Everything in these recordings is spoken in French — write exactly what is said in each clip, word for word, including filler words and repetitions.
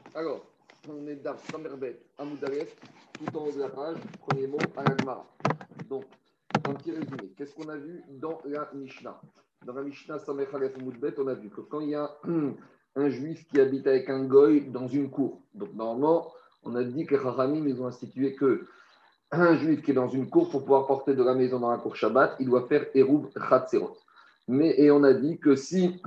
Alors, on est dans Samerbet, Amoudalef, tout en haut de la page, premier mot, Anagmara. Donc, un petit résumé. Qu'est-ce qu'on a vu dans la Mishnah? Dans la Mishnah Samerchalef Amoudbet, on a vu que quand il y a un, un juif qui habite avec un goy dans une cour, donc normalement, on a dit que les Chachamim, ils ont institué que un juif qui est dans une cour, pour pouvoir porter de la maison dans la cour Shabbat, il doit faire Eruv Chatzerot. Mais, et on a dit que si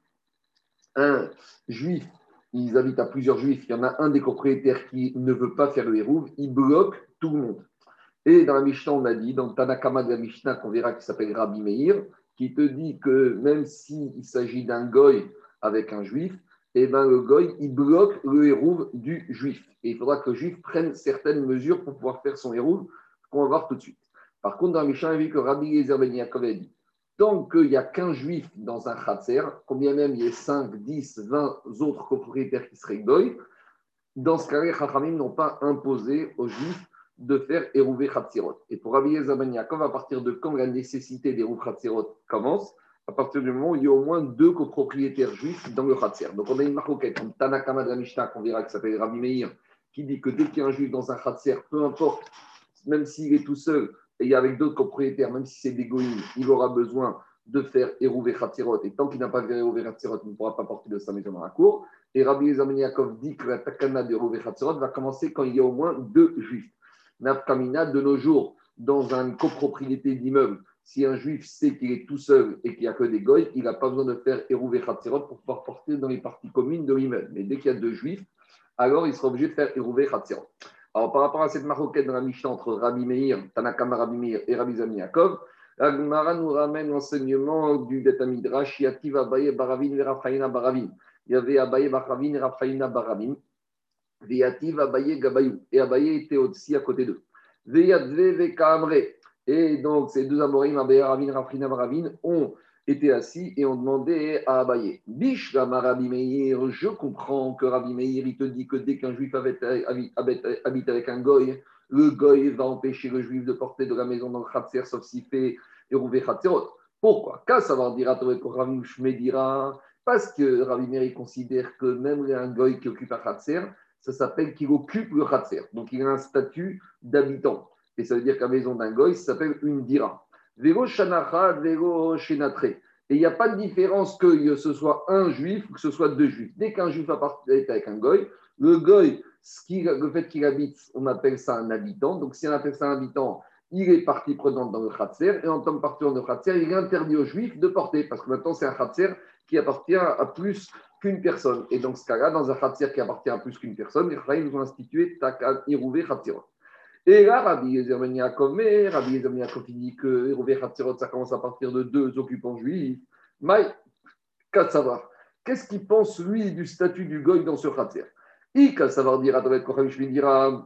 un juif, ils habitent à plusieurs juifs, il y en a un des propriétaires qui ne veut pas faire le hérouv, il bloque tout le monde. Et dans la Mishnah, on a dit, dans le Tanakama de la Mishnah, qu'on verra qui s'appelle Rabbi Meir, qui te dit que même s'il s'agit d'un goy avec un juif, eh ben le goy, il bloque le hérouv du juif. Et il faudra que le juif prenne certaines mesures pour pouvoir faire son hérouv, qu'on va voir tout de suite. Par contre, dans la Mishnah, on a vu que Rabbi Eliezer ben Yaakov a dit, tant qu'il n'y a qu'un juif dans un khatser, combien même il y ait cinq, dix, vingt autres copropriétaires qui seraient goy, dans ce cas-là, les Chachamim n'ont pas imposé aux juifs de faire Eruvé Khatsirot. Et pour Rabbi Eliezer ben Yaakov, à partir de quand la nécessité d'Eruv Khatsirot commence, à partir du moment où il y a au moins deux copropriétaires juifs dans le Khatser. Donc on a une marquette comme Tanakama de la Mishnah, qu'on verra, qui s'appelle Rabbi Meir, qui dit que dès qu'il y a un juif dans un Khatser, peu importe, même s'il est tout seul, et avec d'autres copropriétaires, même si c'est des goïms, il aura besoin de faire Eruvé Khatsirot. Et tant qu'il n'a pas fait Eruvé Khatsirot, il ne pourra pas porter de sa maison dans la cour. Et Rabbi Eliezer ben Yaakov dit que la takana de Eruvé Khatsirot va commencer quand il y a au moins deux juifs. Nafkamina, de nos jours, dans une copropriété d'immeuble, si un juif sait qu'il est tout seul et qu'il n'y a que des goïs, il n'a pas besoin de faire Eruvé Khatsirot pour pouvoir porter dans les parties communes de l'immeuble. Mais dès qu'il y a deux juifs, alors il sera obligé de faire Eruvé Khatsirot. Alors, par rapport à cette maroquette dans la Mishnah entre Rabbi Meir, Tanakama Rabbi Meir et Rabbi Eliezer ben Yaakov, la Gemara nous ramène l'enseignement du Bet Midrash, Yativ Abaye Baravin Verafraïna Baravin. Il y avait Abaye Baravin et Raphaïna Baravin. Veyativ Abaye Gabayou. Et Abaye était aussi à côté d'eux. Veyadve Vekamre. Et donc, ces deux amorim, Abaye Baravin et Raphaïna Baravin, ont été assis et ont demandé à Abaye. Bish Rabbi Meir, je comprends que Rabbi Meir, il te dit que dès qu'un juif habite avec un goy, le goy va empêcher le juif de porter de la maison dans le khatser, sauf s'il fait Eruvé Khatserot. Pourquoi? Qu'à savoir dire à Rabbi Shmedira, parce que Rabbi Meir considère que même un goy qui occupe un khatser, ça s'appelle qu'il occupe le khatser. Donc il a un statut d'habitant. Et ça veut dire qu'à la maison d'un goy, ça s'appelle une dira. Vélo shanacha, vélo shenatre. Et il n'y a pas de différence que ce soit un juif ou que ce soit deux juifs. Dès qu'un juif est avec un goy, le goy, ce qui, le fait qu'il habite, on appelle ça un habitant. Donc si on appelle ça un habitant, il est partie prenante dans le khatser. Et en tant que partie prenante dans le khatser, il est interdit aux juifs de porter. Parce que maintenant, c'est un khatser qui appartient à plus qu'une personne. Et dans ce cas-là, dans un khatser qui appartient à plus qu'une personne, les Chachamim nous ont institué Takan Irouvé Khatsirot. Et là, Rabbi Eliezer ben Yaakov, mais Rabbi Eliezer ben Yaakov, il dit que Irouvé Khatsirot, ça commence à partir de deux occupants juifs. Mais, qu'à savoir, qu'est-ce qu'il pense, lui, du statut du goy dans ce khatser? Il, qu'à savoir dire, Adavet Kocham, je lui dira,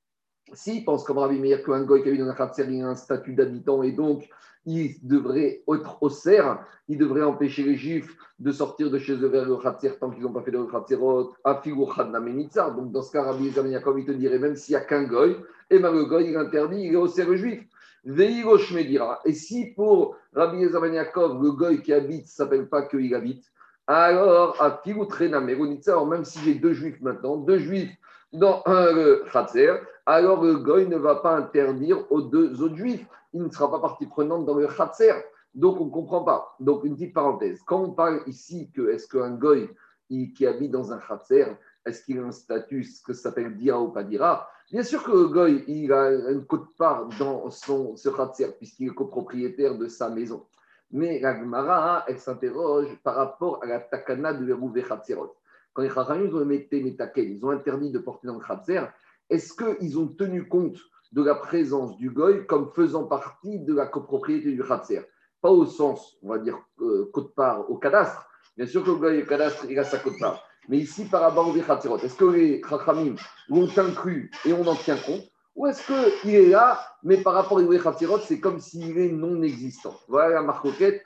s'il pense comme Rabbi Meir qu'un goy qui a eu dans un khatser, il a un statut d'habitant et donc il devrait être au cerf, il devrait empêcher les juifs de sortir de chez eux vers le khatser tant qu'ils n'ont pas fait le khatserot, afigu chadna menitza. Donc dans ce cas, Rabbi Eliezer ben Yaakov, il te dirait même s'il n'y a qu'un goy, et bien le goy il est interdit, il est au cerf le juif. Veïro Shmedira. Et si pour Rabbi Eliezer ben Yaakov, le goy qui habite ne s'appelle pas qu'il habite, alors afigu trena menitza, alors même si j'ai deux juifs maintenant, deux juifs dans un euh, khatser, alors le goy ne va pas interdire aux deux autres juifs. Il ne sera pas partie prenante dans le khatser. Donc, on ne comprend pas. Donc, une petite parenthèse. Quand on parle ici que est-ce qu'un goy il, qui habite dans un khatser, est-ce qu'il a un statut, ce que ça s'appelle dira ou pas dira? Bien sûr que le goy, il a une quote-part dans son, ce khatser, puisqu'il est copropriétaire de sa maison. Mais la Gemara, elle s'interroge par rapport à la takana de Eruvé Khatserot. Quand les Chachamim ont mis Metaken, ils ont interdit de porter dans le khatser, est-ce qu'ils ont tenu compte de la présence du goy comme faisant partie de la copropriété du khatser? Pas au sens, on va dire, euh, quote-part au cadastre. Bien sûr que le goy au cadastre, il a sa quote-part. Mais ici, par rapport au khatserot, est-ce que les Chachamim l'ont inclus et on en tient compte? Ou est-ce qu'il est là, mais par rapport au khatserot, c'est comme s'il est non existant? Voilà la marcoquette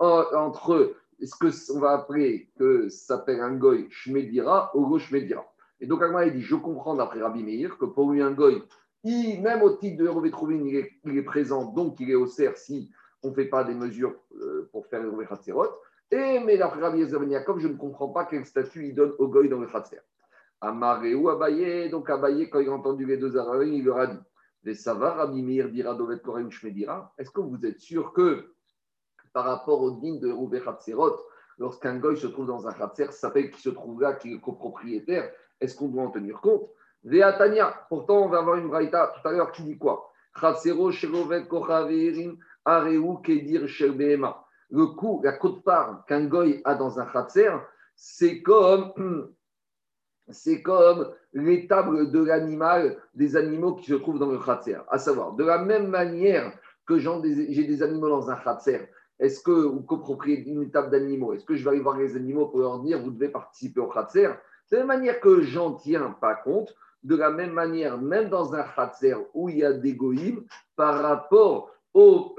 entre ce qu'on va appeler, que ça s'appelle un goy shmedira ou go shmedira. Et donc, Agma, il dit, je comprends d'après Rabbi Meir que pour lui, un goy, il, même au titre de Hervé Trouvin, il est, il est présent, donc il est au cerf si on ne fait pas des mesures euh, pour faire Hervé Khatserot. Et, mais d'après Rabbi Eliezer ben Yaakov, je ne comprends pas quel statut il donne au goy dans le Khatser. Amaré ou Abaye, donc Abaye, quand il a entendu les deux Aravim, il leur a dit les Savar, Rabbi Meir dira Dovet Korem Shmedira. Est-ce que vous êtes sûr que par rapport au din de Rouvé Khatserot, lorsqu'un goy se trouve dans un Khatser, ça s'appelle qu'il se trouve là, qui est copropriétaire, est-ce qu'on doit en tenir compte Veatania, pourtant on va avoir une braïta tout à l'heure qui dit quoi Khatsero Sherovet Kochaverim Areu Kedir Sherbehema. Le coup, la quote-part qu'un goy a dans un Khatser, c'est comme c'est comme l'étable de l'animal, des animaux qui se trouvent dans le khatser. À savoir, de la même manière que j'ai des animaux dans un khatser, est-ce que, ou copropriété d'une étable d'animaux, est-ce que je vais aller voir les animaux pour leur dire, vous devez participer au khatser? De la même manière que j'en tiens pas compte, de la même manière, même dans un khatser où il y a des goïms, par rapport au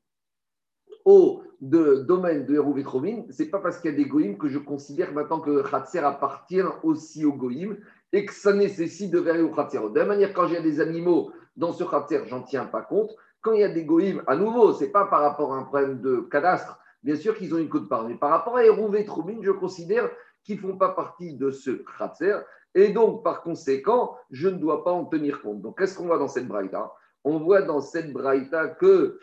au de, domaine de Hérouv et Trovin, ce n'est pas parce qu'il y a des goïms que je considère maintenant que le Khatser appartient aussi aux goïms et que ça nécessite de vers au Khatser. De la même manière, quand il y a des animaux dans ce Khatser, j'en tiens pas compte. Quand il y a des goïms, à nouveau, ce n'est pas par rapport à un problème de cadastre, bien sûr qu'ils ont une cote part, mais par rapport à Hérouv et Trovin, je considère qu'ils ne font pas partie de ce Khatser et donc, par conséquent, je ne dois pas en tenir compte. Donc, qu'est-ce qu'on voit dans cette braïta? On voit dans cette braïta que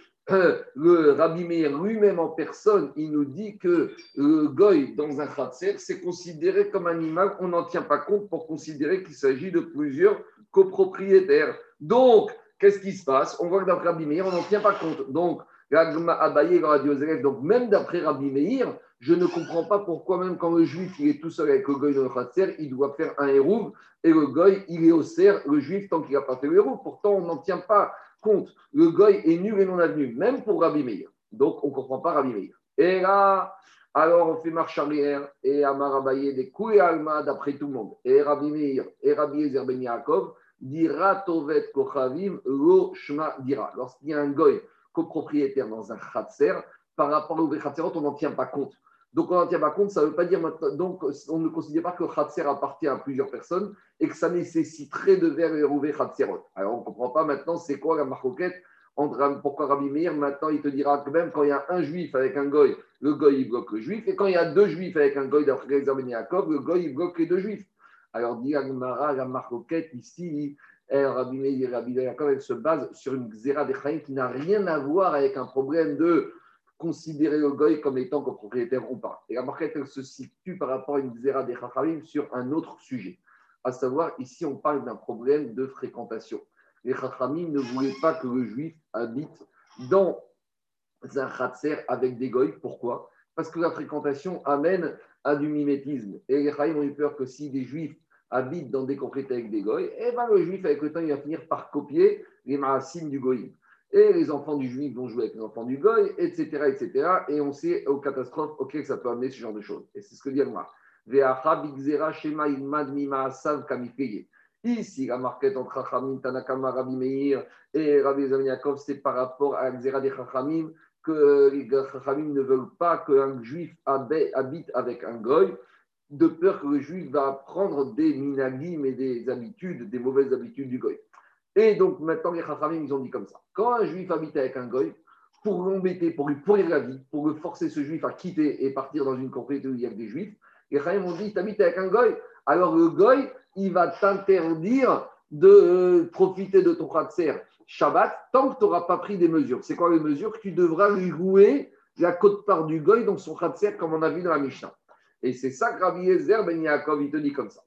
le Rabbi Meir lui-même en personne, il nous dit que le goy dans un khatser, c'est considéré comme un animal, on n'en tient pas compte pour considérer qu'il s'agit de plusieurs copropriétaires. Donc, qu'est-ce qui se passe? On voit que d'après Rabbi Meir, on n'en tient pas compte. Donc, Abaye leur a dit aux élèves, donc même d'après Rabbi Meir, je ne comprends pas pourquoi même quand le juif il est tout seul avec le goy dans le khatser, il doit faire un hérouv et le goy, il est au cerf, le juif, tant qu'il n'a pas fait le hérouv. Pourtant, on n'en tient pas compte. Le goy est nul et non avenu, même pour Rabbi Meir. Donc, on ne comprend pas Rabbi Meir. Et là, alors on fait marche arrière et Amar Abaye des couilles Alma d'après tout le monde. Et Rabbi Meir et Rabbi Ezer Ben Yaakov dira Tovet Kochavim Lo Shma dira. Lorsqu'il y a un goy copropriétaire dans un khatser, par rapport au khatserot, on n'en tient pas compte. Donc, on n'en tient pas compte, ça ne veut pas dire donc on ne considère pas que le khatser appartient à plusieurs personnes et que ça nécessiterait de vers et rouver khatserot. Alors, on ne comprend pas maintenant c'est quoi la marcoquette entre pourquoi Rabbi Meir, maintenant, il te dira que même quand il y a un juif avec un goy, le goy, il bloque le juif, et quand il y a deux juifs avec un goy d'après Ezer Ben Yaakov, le goy, il bloque les deux juifs. Alors, dit Agmara, la marcoquette ici, Rabbi Meir et Rabbi Yaakov, elle se base sur une xéra des Chaim qui n'a rien à voir avec un problème de considérer le goy comme étant copropriétaire ou pas. Et la marquette, elle se situe par rapport à une xéra des Chachamim sur un autre sujet. À savoir, ici, on parle d'un problème de fréquentation. Les Chachamim ne voulaient pas que le juif habite dans un khatser avec des goy. Pourquoi? Parce que la fréquentation amène à du mimétisme. Et les Chachamim ont eu peur que si des juifs habitent dans des propriétés avec des goy, eh ben, le juif, avec le temps, il va finir par copier les maasim du goy. Et les enfants du juif vont jouer avec les enfants du goy, et cetera, et cetera. Et on sait aux catastrophes auxquelles okay, ça peut amener ce genre de choses. Et c'est ce que dit Agmar. Ici, la marquette entre Chachamim, Tanakama, Rabbi Meir et Rabbi Yaakov, c'est par rapport à la Xéra des Chachamim, que les Chachamim ne veulent pas qu'un juif habite avec un goy, de peur que le juif va apprendre des minagim et des habitudes, des mauvaises habitudes du goy. Et donc, maintenant, les Chachamim, ils ont dit comme ça. Quand un juif habite avec un goy, pour l'embêter, pour lui pourrir la vie, pour le forcer ce juif à quitter et partir dans une propriété où il y a des juifs, les Chachamim ont dit, tu habites avec un goy, alors le goy, il va t'interdire de euh, profiter de ton khatser Shabbat tant que tu n'auras pas pris des mesures. C'est quoi les mesures? Tu devras lui rouer la quote-part du goy dans son khatser, comme on a vu dans la Mishnah. Et c'est ça que Rabbi Ezer Ben Yaakov, il te dit comme ça.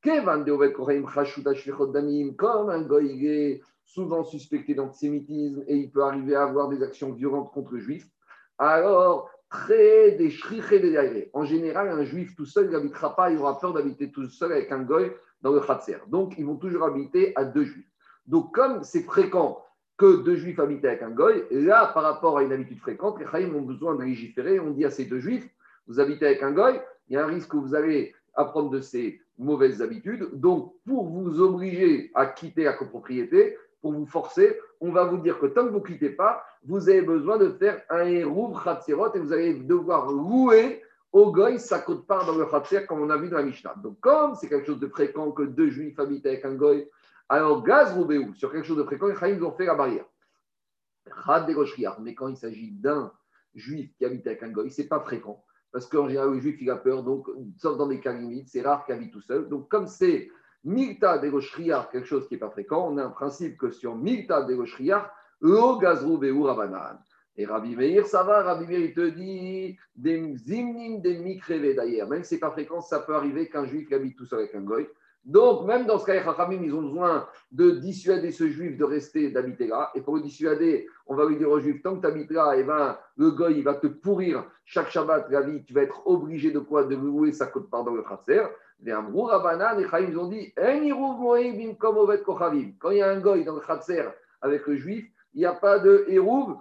Comme un goy il est souvent suspecté d'antisémitisme et il peut arriver à avoir des actions violentes contre le juif, alors, très des shrichés des aérés. En général, un juif tout seul n'habitera pas, il aura peur d'habiter tout seul avec un goy dans le khatser. Donc, ils vont toujours habiter à deux juifs. Donc, comme c'est fréquent que deux juifs habitent avec un goy, là, par rapport à une habitude fréquente, les chaïms ont besoin de légiférer. On dit à ces deux juifs, vous habitez avec un goy, il y a un risque que vous allez apprendre de ces mauvaises habitudes. Donc, pour vous obliger à quitter la copropriété, pour vous forcer, on va vous dire que tant que vous ne quittez pas, vous avez besoin de faire un hérouv khatserot et vous allez devoir louer au goy sa quote-part dans le khatser comme on a vu dans la Mishnah. Donc, comme c'est quelque chose de fréquent que deux juifs habitent avec un goy, alors gaz roubéou, sur quelque chose de fréquent, les chaïms ont fait la barrière. Mais quand il s'agit d'un juif qui habite avec un goy, ce n'est pas fréquent. parce qu'en général, le juif, il a peur, donc, sauf dans des cas limites, c'est rare qu'il habite tout seul. Donc, comme c'est Milta de Roshriar, quelque chose qui n'est pas fréquent, on a un principe que sur Milta de Roshriar, Lo Gazrou Beur Rabanan. Et Rabbi Meir, ça va, Rabbi Meir, il te dit des zimnim, des mikrevé d'ailleurs. Même si ce n'est pas fréquent, ça peut arriver qu'un juif habite tout seul avec un goy. Donc, même dans ce cas, les Chachamim, ils ont besoin de dissuader ce juif de rester, d'habiter là. Et pour le dissuader, on va lui dire au juif, tant que tu habites là, eh ben, le goy, il va te pourrir chaque Shabbat la vie. Tu vas être obligé de quoi? De louer sa côte part dans le Khatser. Les Amrou Rabbanan, les Chaim, ils ont dit, quand il y a un goy dans le Khatser avec le juif, il n'y a pas de Hérouv,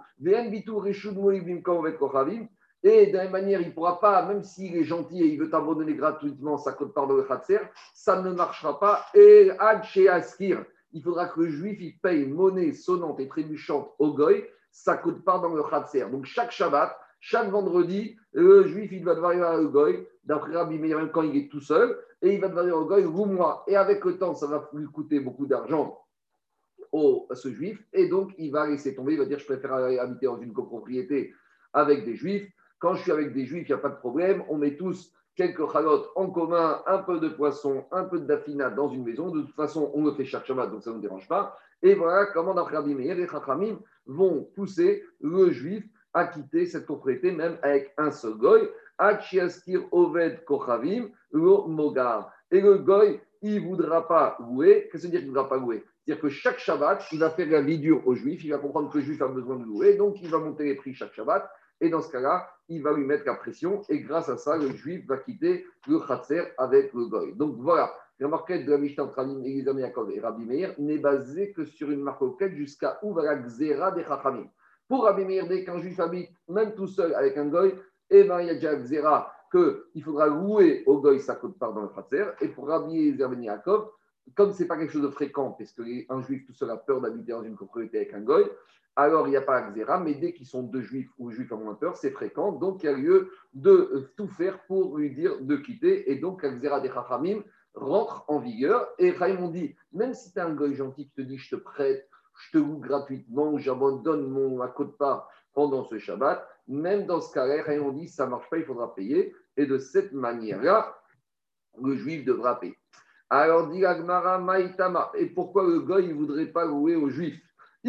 et de la même manière, il ne pourra pas, même s'il est gentil et il veut t'abandonner gratuitement sa côte part dans le Khatser, ça ne marchera pas. Et Ad chez Askir, il faudra que le juif il paye monnaie sonnante et trébuchante au goy, sa côte part dans le Khatser. Donc chaque Shabbat, chaque vendredi, le juif il va devoir aller à le goy, d'après Rabbi Meir, même quand il est tout seul, et il va devoir aller au goy, vous, moi. Et avec le temps, ça va lui coûter beaucoup d'argent au, à ce juif, et donc il va laisser tomber, il va dire je préfère aller habiter dans une copropriété avec des juifs. Quand je suis avec des juifs, il n'y a pas de problème, on met tous quelques chalotes en commun, un peu de poisson, un peu de dafina dans une maison, de toute façon on le fait chaque Shabbat, donc ça ne nous dérange pas, et voilà comment dans Rabbi Meir, les Chachamim vont pousser le juif à quitter cette propriété, même avec un seul goy, Achiaskir Oved Kochavim, lo Mogar, et le goy, il ne voudra pas louer, qu'est-ce que ça veut dire qu'il ne voudra pas louer? C'est-à-dire que chaque Shabbat, il va faire la vie dure au juif, il va comprendre que le juif a besoin de louer, donc il va monter les prix chaque Shabbat, et dans ce cas-là, il va lui mettre la pression, et grâce à ça, le juif va quitter le Khatser avec le goy. Donc voilà, la marquette de la Mishnah entre Eliezer Yaakov et Rabbi Meir n'est basée que sur une marquette jusqu'à où va la Gzera des Chachamim. Pour Rabbi Meir, dès qu'un juif habite, même tout seul avec un goy, eh ben, il y a déjà Gzera qu'il faudra louer au goy sa côte part dans le Khatser, et pour Rabbi Eliezer Yaakov, comme ce n'est pas quelque chose de fréquent, parce qu'un juif tout seul a peur d'habiter dans une propriété avec un goy, alors il n'y a pas Gzera, mais dès qu'ils sont deux juifs ou juifs à moins peur, c'est fréquent, donc il y a lieu de tout faire pour lui dire de quitter, et donc la Gzera des Chachamim rentre en vigueur, et Chaim ont dit, même si tu es un goy gentil qui te dit je te prête, je te loue gratuitement, j'abandonne mon à côte part pendant ce Shabbat, même dans ce cas-là, Chaim ont dit ça ne marche pas, il faudra payer, et de cette manière-là, le juif devra payer. Alors, dit l'Agmara, Maïtama. Et pourquoi le goy ne voudrait pas louer aux juifs?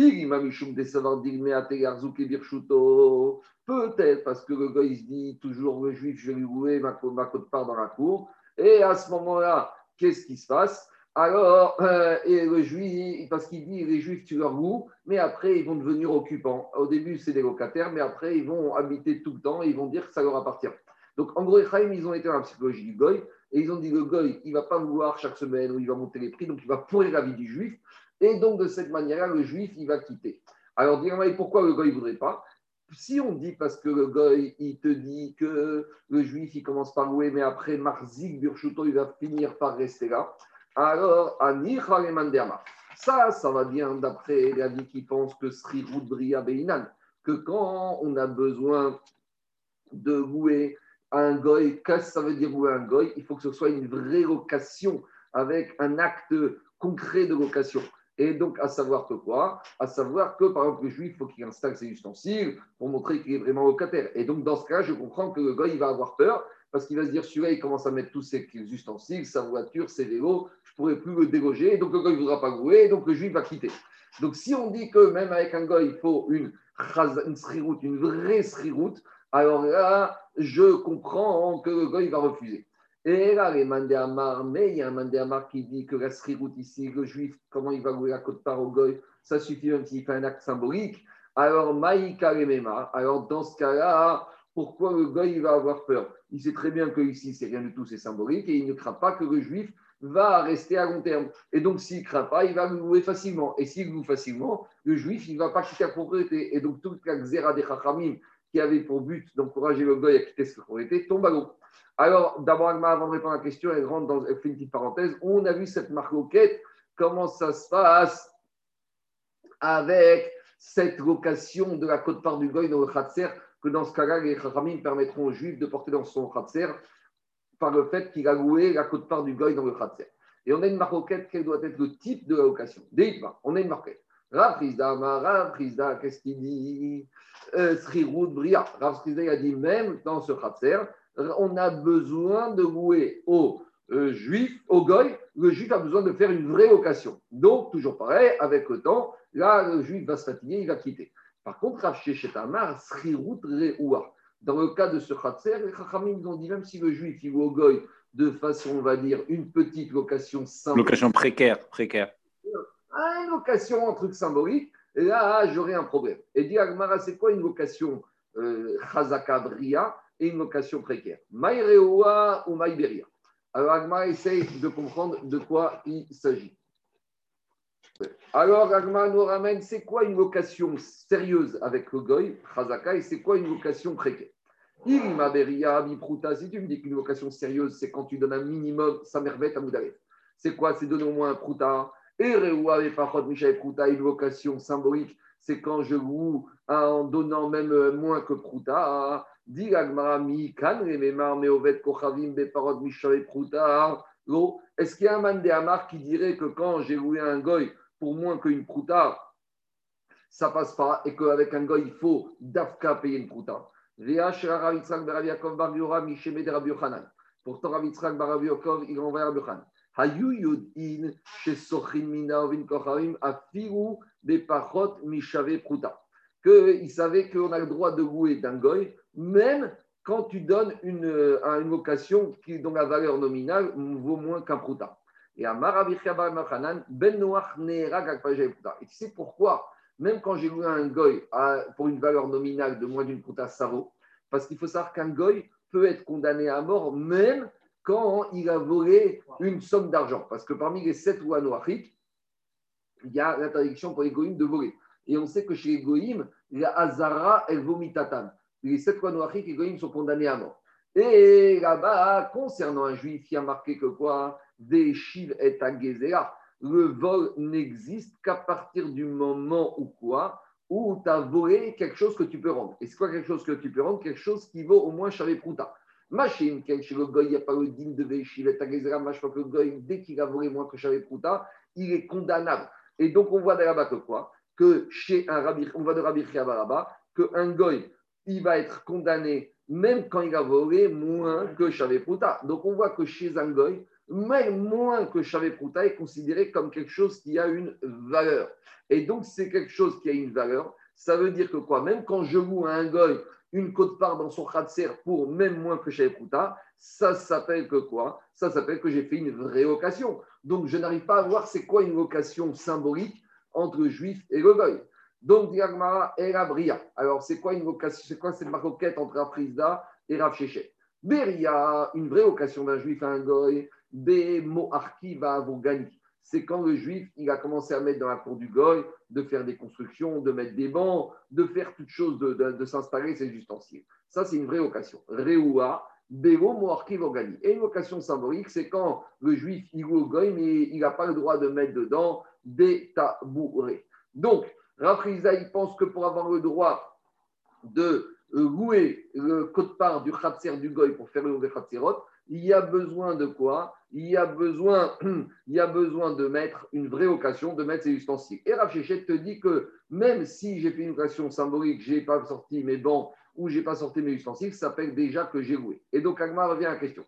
Peut-être parce que le goy se dit toujours le juif, je vais lui louer ma, ma côte-part dans la cour. Et à ce moment-là, qu'est-ce qui se passe? Alors, euh, et le juif, parce qu'il dit les juifs, tu leur loues, mais après, ils vont devenir occupants. Au début, c'est des locataires, mais après, ils vont habiter tout le temps et ils vont dire que ça leur appartient. Donc, en gros, les Chaim, ils ont été dans la psychologie du goy. Et ils ont dit le goy, il ne va pas vouloir chaque semaine où il va monter les prix, donc il va pourrir la vie du juif. Et donc, de cette manière-là, le juif, il va quitter. Alors, dis-moi, pourquoi le goy ne voudrait pas? Si on dit parce que le goy, il te dit que le juif, il commence par louer, mais après, Marzik, Burchuto, il va finir par rester là. Alors, Ani Khalemanderma. Ça, ça va bien d'après la vie qui pense que Sri Rudbria Beinan, que quand on a besoin de louer un goy, qu'est-ce que ça veut dire louer un goy? Il faut que ce soit une vraie location avec un acte concret de location. Et donc, à savoir que quoi? À savoir que, par exemple, le juif, il faut qu'il installe ses ustensiles pour montrer qu'il est vraiment locataire. Et donc, dans ce cas, je comprends que le goy, il va avoir peur parce qu'il va se dire, celui-là, il commence à mettre tous ses ustensiles, sa voiture, ses vélos, je ne pourrai plus le déloger. Et donc, le goy ne voudra pas louer, et donc le juif va quitter. Donc, si on dit que même avec un goy, il faut une, une sriroute, une vraie sriroute, alors là, je comprends que le goy va refuser. Et là, les mandéamar, mais il y a un mandéamar qui dit que la sriroute ici, le juif, comment il va louer la côte part au goy, ça suffit même s'il fait un acte symbolique. Alors, maïka remema, alors dans ce cas-là, pourquoi le goy il va avoir peur? Il sait très bien que ici, c'est rien du tout, c'est symbolique, et il ne craint pas que le juif va rester à long terme. Et donc, s'il ne craint pas, il va le louer facilement. Et s'il loue facilement, le juif, il ne va pas quitter la propriété. Et donc, toute la xéra des chachamim, qui avait pour but d'encourager le goy à quitter cette propriété, tombe à l'eau. Alors, d'abord, avant de répondre à la question, elle rentre dans, elle fait une petite parenthèse. On a vu cette marloquette, comment ça se passe avec cette location de la côte-part du goy dans le khatser, que dans ce cas-là, les chachamim permettront aux juifs de porter dans son khatser par le fait qu'il a loué la côte-part du goy dans le khatser. Et on a une marloquette, quel doit être le type de la location? Déitma, on a une marloquette. Rav Chizda, Rav Chizda, qu'est-ce qu'il dit? Sriroud Bria. Rav Chizda a dit même dans ce khatser, on a besoin de louer au euh, juif, au goy, le juif a besoin de faire une vraie location. Donc, toujours pareil, avec le temps, là, le juif va se fatiguer, il va quitter. Par contre, Rav Sheshet Amar, Srirut Re'oua. Dans le cas de ce Khatser, les Chachamim nous ont dit, même si le juif, il loue au goy de façon, on va dire, une petite location symbolique. Location précaire, précaire. Ah, une location, un truc symbolique, et là, j'aurais un problème. Et dit Agmara, c'est quoi une location euh, Chazaka Bria et une location précaire? Maïreoua ou Maïberia. Alors, Agmara essaye de comprendre de quoi il s'agit. Alors, Agmara nous ramène, c'est quoi une location sérieuse avec le goy, Chazaka, et c'est quoi une location précaire? Ilma Beria, Bipruta, si tu me dis qu'une location sérieuse, c'est quand tu donnes un minimum, Samervet à Moudalet. C'est quoi? C'est donner au moins un pruta. Et Reoua et Pachot Michel Pruta, une location symbolique, c'est quand je loue en donnant même moins que pruta. Dit Agmara mi kan le memar meovet kochavim beparot Michel Pruta. Est-ce qu'il y a un man de Hamar qui dirait que quand j'ai loué un goy pour moins qu'une pruta, ça passe pas et qu'avec un goy il faut d'afka payer une pruta? Pourtant, Rav Yitzhak bar Rabbi Yaakov, il envoie Rabbi Yochanan. Hayu yodin chez Sochin Mina Ovin Kocharim afiru des pachot mishave pruta. Qu'il savait qu'on a le droit de louer d'un goy, même quand tu donnes une, une location qui, dont la valeur nominale vaut moins qu'un pruta. Et Amar Rabbi Chabar Yochanan ben Noach neera gagpajay pruta. Et tu sais pourquoi? Même quand j'ai loué un goy à, pour une valeur nominale de moins d'une pruta, ça vaut. Parce qu'il faut savoir qu'un goy peut être condamné à mort même quand il a volé une somme d'argent. Parce que parmi les sept lois noachiques, il y a l'interdiction pour les goïms de voler. Et on sait que chez les goïms, la hazara, elle vomitatan. Les sept lois noachiques, les goïms sont condamnés à mort. Et là-bas, concernant un juif, il y a marqué que quoi? Des chiv et agézéa. Le vol n'existe qu'à partir du moment où quoi? Où tu as volé quelque chose que tu peux rendre. Et c'est quoi quelque chose que tu peux rendre? Quelque chose qui vaut au moins Chavé Prouta. Machine, chez le goy, il n'y a pas le digne de Véchiv, que le goy, dès qu'il a volé moins que Chavé Prouta, il est condamnable. Et donc, on voit de là-bas que quoi? Que chez un rabbi, on voit de Rabbi Chiava là-bas, qu'un goy, il va être condamné même quand il a volé moins que Chavé Prouta. Donc, on voit que chez un goy, même moins que Chavé Prouta est considéré comme quelque chose qui a une valeur. Et donc, c'est quelque chose qui a une valeur. Ça veut dire que quoi? Même quand je loue à un goy une quote-part dans son khatser pour même moins que Chavé Prouta, ça s'appelle que quoi? Ça s'appelle que j'ai fait une vraie location. Donc, je n'arrive pas à voir c'est quoi une location symbolique entre le juif et le goy. Donc, Diagmara et la Bria. Alors, c'est quoi une location? C'est quoi cette maroquette entre Afrizda et Rav Sheshet? Beria, une vraie location d'un juif à un goy. Moarki va gagner. C'est quand le juif il a commencé à mettre dans la cour du goy, de faire des constructions, de mettre des bancs, de faire toutes choses, de, de, de s'installer ses ustensiles. Ça, c'est une vraie location. Reoua, Bévo, Moarki va gagner. Et une location symbolique, c'est quand le juif il loue au goy, mais il n'a pas le droit de mettre dedans des tabourets. Donc, Rafriza, il pense que pour avoir le droit de louer le quote-part du khatser du goy pour faire le khatserot, il y a besoin de quoi? Il y a besoin, il y a besoin de mettre une vraie occasion, de mettre ses ustensiles. Et Rav Sheshet te dit que même si j'ai fait une occasion symbolique, je n'ai pas sorti mes bancs ou je n'ai pas sorti mes ustensiles, ça s'appelle déjà que j'ai loué. Et donc, Agmar revient à la question.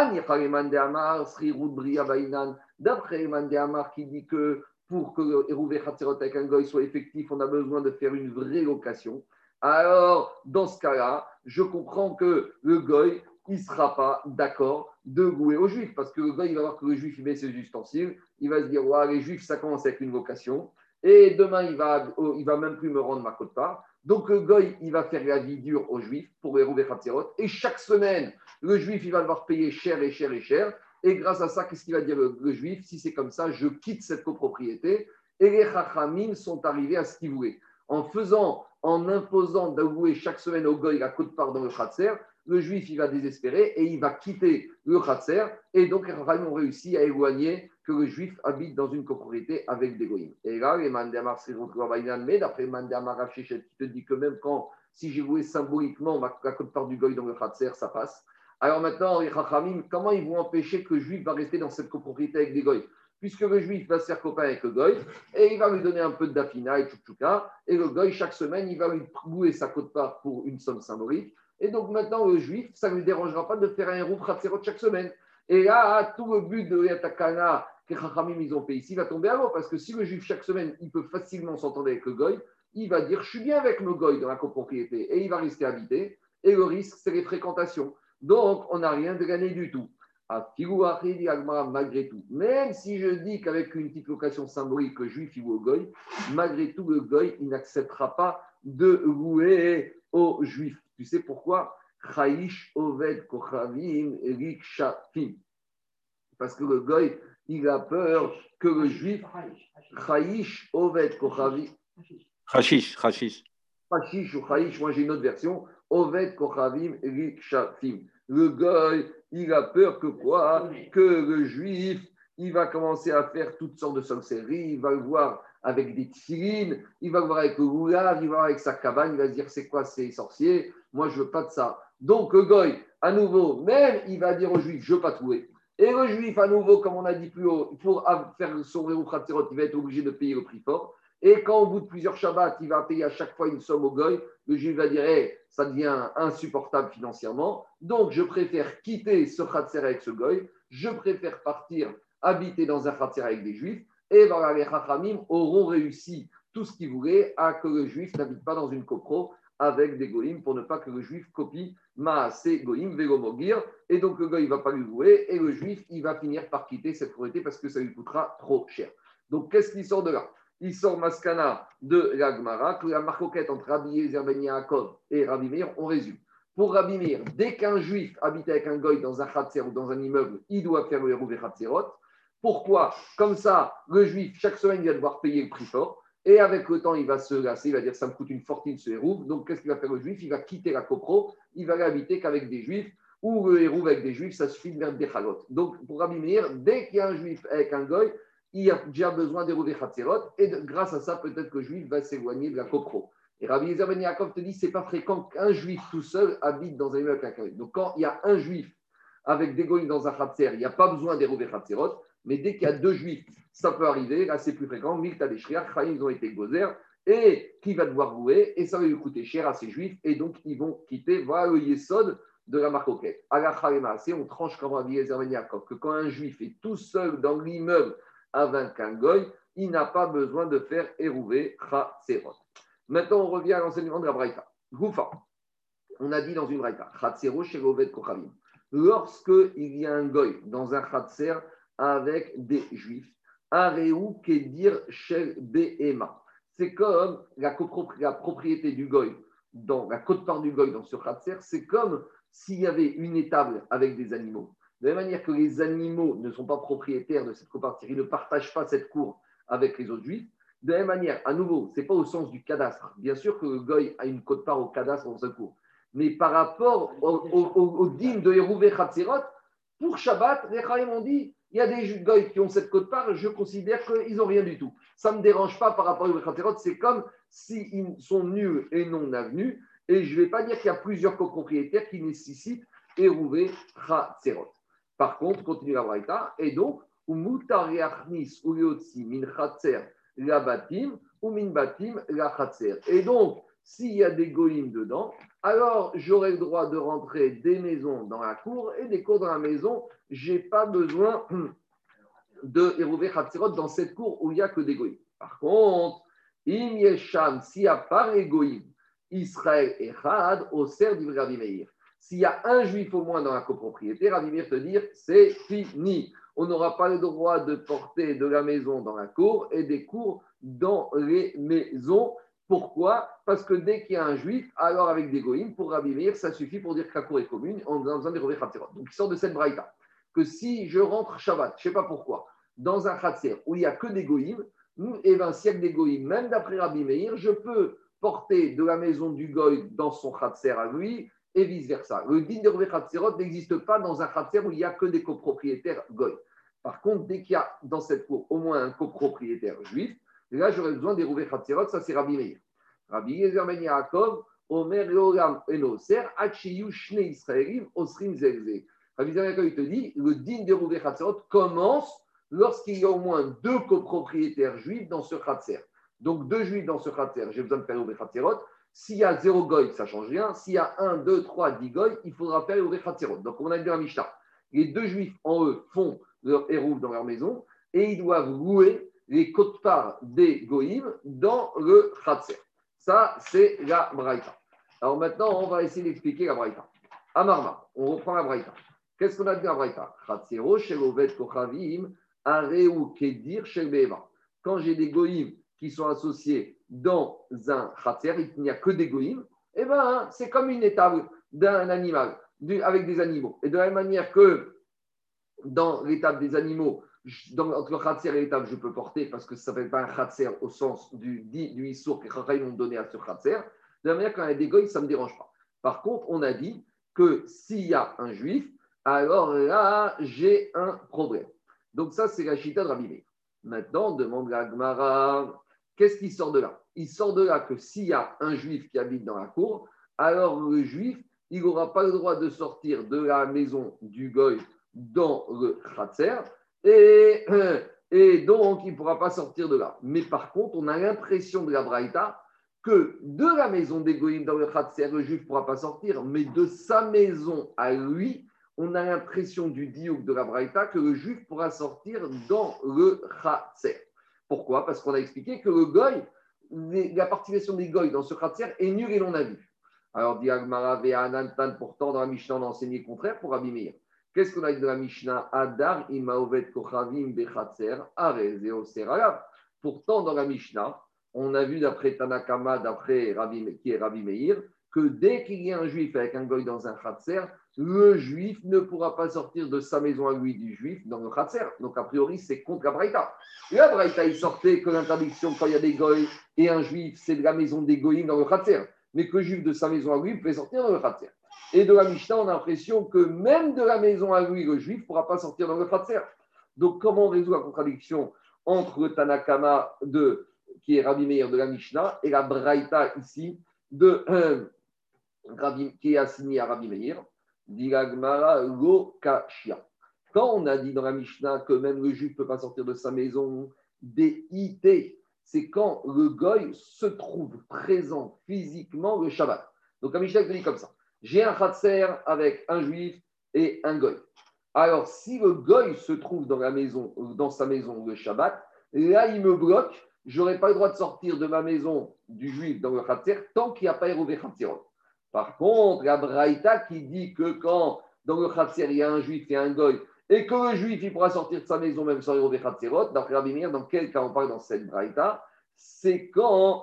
D'après Eman de Amar qui dit que pour que Erouvé Khatserot avec un goy soit effectif, on a besoin de faire une vraie location. Alors, dans ce cas-là, je comprends que le goy, il ne sera pas d'accord de louer aux juifs. Parce que le goy, il va voir que le juif, il met ses ustensiles. Il va se dire, ouais, les juifs, ça commence avec une vocation. Et demain, il ne va, il va même plus me rendre ma quote-part. Donc, le goy, il va faire la vie dure aux juifs pour les rouver Khatserot. Et chaque semaine, le juif, il va devoir payer cher et cher et cher. Et grâce à ça, qu'est-ce qu'il va dire le, le juif? Si c'est comme ça, je quitte cette copropriété. Et les chachamim sont arrivés à ce qu'ils voulaient. En faisant, en imposant d'avouer chaque semaine au goy la quote-part dans le khatser, le juif, il va désespérer et il va quitter le khatser. Et donc, les chachamim ont réussi à éloigner que le juif habite dans une copropriété avec des goyim. Et là, les mandamar, c'est mais d'après les mandamar Rav Sheshet qui te dit que même quand, si j'ai loué symboliquement la quote-part du goy dans le khatser, ça passe. Alors maintenant, les chachamim, comment ils vont empêcher que le juif va rester dans cette copropriété avec des goy? Puisque le juif va se faire copain avec le goy, et il va lui donner un peu de dafina et tchoutchouka, et le goy, chaque semaine, il va lui louer sa quote-part pour une somme symbolique, Et donc maintenant, le juif, ça ne lui dérangera pas de faire un héros Khatserot chaque semaine. Et là, tout le but de Yatakana que Chachamim ils ont fait ici va tomber à l'eau. Parce que si le juif, chaque semaine, il peut facilement s'entendre avec le goy, il va dire je suis bien avec le goy dans la copropriété et il va rester habité. Et le risque, c'est les fréquentations. Donc, on n'a rien de gagné du tout. Malgré tout, même si je dis qu'avec une petite location symbolique, le juif il loue au goy, malgré tout, le goy, il n'acceptera pas de louer aux juifs. Tu sais pourquoi? Chayish Oved Kochavim Rikshafim. Parce que le goy, il a peur que le juif. Chayish Oved Kochavim. Chachish, Chachish. Chachish ou Chayish, moi j'ai une autre version. Oved Kochavim Rikshafim. Le goy, il a peur que quoi? Que le juif, il va commencer à faire toutes sortes de sorcelleries, il va le voir avec des tfilines, il va le voir avec le roulard, il va le voir avec sa cabane, il va se dire c'est quoi ces sorciers? Moi je veux pas de ça. Donc le goy, à nouveau, même il va dire au juif je veux pas te louer. Et le juif, à nouveau, comme on a dit plus haut, pour faire son réou Khatserot, il va être obligé de payer le prix fort. Et quand au bout de plusieurs Shabbats, il va payer à chaque fois une somme au goy, le juif va dire hey, ça devient insupportable financièrement. Donc, je préfère quitter ce khatser avec ce goy. Je préfère partir habiter dans un khatser avec des juifs. Et voilà, les chachamim auront réussi tout ce qu'ils voulaient à que le juif n'habite pas dans une copro avec des goïms pour ne pas que le juif copie maasé goïm vegomogir. Et donc, le goy ne va pas lui louer et le juif, il va finir par quitter cette propriété parce que ça lui coûtera trop cher. Donc, qu'est-ce qui sort de là? Il sort Maskana de la Gemara, que la marcoquette entre Rabbi Yezer ben Yaakov et Rabbi Meir, on résume. Pour Rabbi Meir, dès qu'un juif habite avec un goy dans un khatser ou dans un immeuble, il doit faire le hérouvé khatserot. Pourquoi? Comme ça, le juif, chaque semaine, il va devoir payer le prix fort. Et avec le temps, il va se lasser, il va dire ça me coûte une fortune ce hérouve. Donc, qu'est-ce qu'il va faire le juif? Il va quitter la copro, il va l'habiter qu'avec des juifs, ou le hérouve avec des juifs, ça suffit de mettre des chalotes. Donc, pour Rabbi Meir, dès qu'il y a un juif avec un goy, il y a déjà besoin d'hérouver Khatserot, et de, grâce à ça, peut-être que le juif va s'éloigner de la copro. Et Rabbi Yezer ben Yaakov te dit c'est pas fréquent qu'un juif tout seul habite dans un immeuble avec un goy. Donc, quand il y a un juif avec des goyim dans un Khatser, il n'y a pas besoin d'hérouver Khatserot, mais dès qu'il y a deux juifs, ça peut arriver, là c'est plus fréquent. Milta des Shriach, Chaim, ils ont été gozer, et qui va devoir louer, et ça va lui coûter cher à ces juifs, et donc ils vont quitter, voilà le yesod de la marcoquette. À la Chalema, on tranche comme Rabbi Yezer ben Yaakov, que quand un juif est tout seul dans l'immeuble, avec un goy, il n'a pas besoin de faire érouver Khatserot. Maintenant, on revient à l'enseignement de la Braïta. Goufa, on a dit dans une Braïta, Khatsero chez Oved Kochavim. Lorsque il y a un goy dans un Khatser avec des juifs, Areu Kedir Shel Behema. C'est comme la, copropri- la propriété du goy, dans la côte-part du goy dans ce Khatser, c'est comme s'il y avait une étable avec des animaux. De la même manière que les animaux ne sont pas propriétaires de cette copartie, ils ne partagent pas cette cour avec les autres juifs. De la même manière, à nouveau, ce n'est pas au sens du cadastre. Bien sûr que le goy a une cote-part au cadastre dans sa cour. Mais par rapport au, au, au, au dîme de Hérouvé Khatserot, pour Shabbat, les Chaim ont dit il y a des goy qui ont cette cote-part, je considère qu'ils n'ont rien du tout. Ça ne me dérange pas par rapport à Hérouvé Khatserot, c'est comme s'ils sont nuls et non avenus. Et je ne vais pas dire qu'il y a plusieurs copropriétaires qui nécessitent Hérouvé Khatserot. Par contre, continue la Braïta, et donc, Umutar Yachnis Uliotsi Min Khatser la Batim ou Min Batim la Khatser. Et donc, s'il y a des goïms dedans, alors j'aurai le droit de rentrer des maisons dans la cour et des cours dans la maison. Je n'ai pas besoin de Hérouvé Khatserot dans cette cour où il n'y a que des goïms. Par contre, Im Yesham, s'il n'y a pas les goïms, Israël et Chad, au ser du Rabbi Meir. S'il y a un juif au moins dans la copropriété, Rabbi Meir te dire c'est fini. On n'aura pas le droit de porter de la maison dans la cour et des cours dans les maisons. Pourquoi? Parce que dès qu'il y a un juif, alors avec des goïms, pour Rabbi Meir, ça suffit pour dire que la cour est commune en besoin de Hérouvé Khatserot. Donc il sort de cette braïta que si je rentre Shabbat, je ne sais pas pourquoi, dans un Khatser où il n'y a que des goïms, et bien s'il y a que des goïms, même d'après Rabbi Meir, je peux porter de la maison du goï dans son Khatser à lui, et vice-versa. Le din de Hérouvé Khatserot n'existe pas dans un Khatser où il n'y a que des copropriétaires goy. Par contre, dès qu'il y a dans cette cour au moins un copropriétaire juif, là, j'aurais besoin d'Hérouvé Khatserot, ça c'est Rabbi Meir. Rabbi Yezer ben Yaakov, Omer Leolam Enoser, Achiyu Shne Israelim, Osrim Zelze. Rabbi Yezer ben Yaakov, il te dit, le din d'Hérouvé Khatserot commence lorsqu'il y a au moins deux copropriétaires juifs dans ce Khatser. Donc, deux juifs dans ce Khatser, j'ai besoin de faire Hérouvé Khatserot. S'il y a zéro goy, ça ne change rien. S'il y a un, deux, trois, dix goy, il faudra faire le Khatzerot. Donc, on a dit dans la Mishnah, les deux juifs en eux font leur hérouve dans leur maison et ils doivent louer les quotes-parts des goïms dans le Khatser. Ça, c'est la Braïta. Alors maintenant, on va essayer d'expliquer la Braïta. Amarma, on reprend la Braïta. Qu'est-ce qu'on a dit dans la Braïta? Khatsero, Shelovet, Kochavim, Areu, Kedir, Shelbeva. Quand j'ai des goïms qui sont associés dans un Khatser, il n'y a que des goïms, eh bien, c'est comme une étable d'un animal, avec des animaux. Et de la même manière que dans l'étable des animaux, dans, entre le Khatser et l'étable, je peux porter parce que ça ne s'appelle pas un Khatser au sens du, du Issour que les Chachamim ont donné à ce Khatser. De la manière, quand il y a des goïs, ça ne me dérange pas. Par contre, on a dit que s'il y a un juif, alors là, j'ai un problème. Donc ça, c'est la chita de Rabbi Meir. Maintenant, on demande la Gemara, qu'est-ce qui sort de là? Il sort de là que s'il y a un juif qui habite dans la cour, alors le juif, il n'aura pas le droit de sortir de la maison du goy dans le Khatser, et, et donc il ne pourra pas sortir de là. Mais par contre, on a l'impression de la Braïta que de la maison des goyim dans le Khatser, le juif ne pourra pas sortir, mais de sa maison à lui, on a l'impression du diouk de la Braïta que le juif pourra sortir dans le Khatser. Pourquoi? Parce qu'on a expliqué que le goy, la participation des goy dans ce Khatser est nulle et l'on a vu. Alors, dit Agmara Ve'anantan, pourtant dans la Mishnah, on a enseigné le contraire pour Rabbi Meir. Qu'est-ce qu'on a dit de la Mishnah? Adar imaovet kochavim bechatser arezeo seralav. Pourtant, dans la Mishnah, on a vu d'après Tanakama, d'après Rabbi, qui est Rabbi Meir, que dès qu'il y a un juif avec un goy dans un khatser, le juif ne pourra pas sortir de sa maison à lui du juif dans le khatser. Donc, a priori, c'est contre la Braïta. La Braïta, il sortait que l'interdiction quand il y a des goy et un juif, c'est de la maison des goyim dans le khatser. Mais que le juif de sa maison à lui peut sortir dans le khatser. Et de la Mishnah, on a l'impression que même de la maison à lui, le juif ne pourra pas sortir dans le khatser. Donc, comment on résout la contradiction entre le Tanakama de, qui est Rabbi Meir de la Mishnah et la Braïta ici de, euh, Rabbi, qui est assigné à Rabbi Meir, Dilagmara Lo Kashia. Quand on a dit dans la Mishnah que même le juif ne peut pas sortir de sa maison, des I T, c'est quand le goy se trouve présent physiquement le Shabbat. Donc la Mishnah dit comme ça. J'ai un khatser avec un juif et un goy. Alors si le goy se trouve dans, la maison, dans sa maison le Shabbat, là il me bloque, je n'aurai pas le droit de sortir de ma maison du juif dans le khatser tant qu'il n'y a pas érouvé khatserot. Par contre, la Braïta qui dit que quand dans le khatser il y a un juif et un goy, et que le juif il pourra sortir de sa maison même sans érouvé khatserot, d'après Rabbi Meir, dans quel cas on parle dans cette Braïta? C'est quand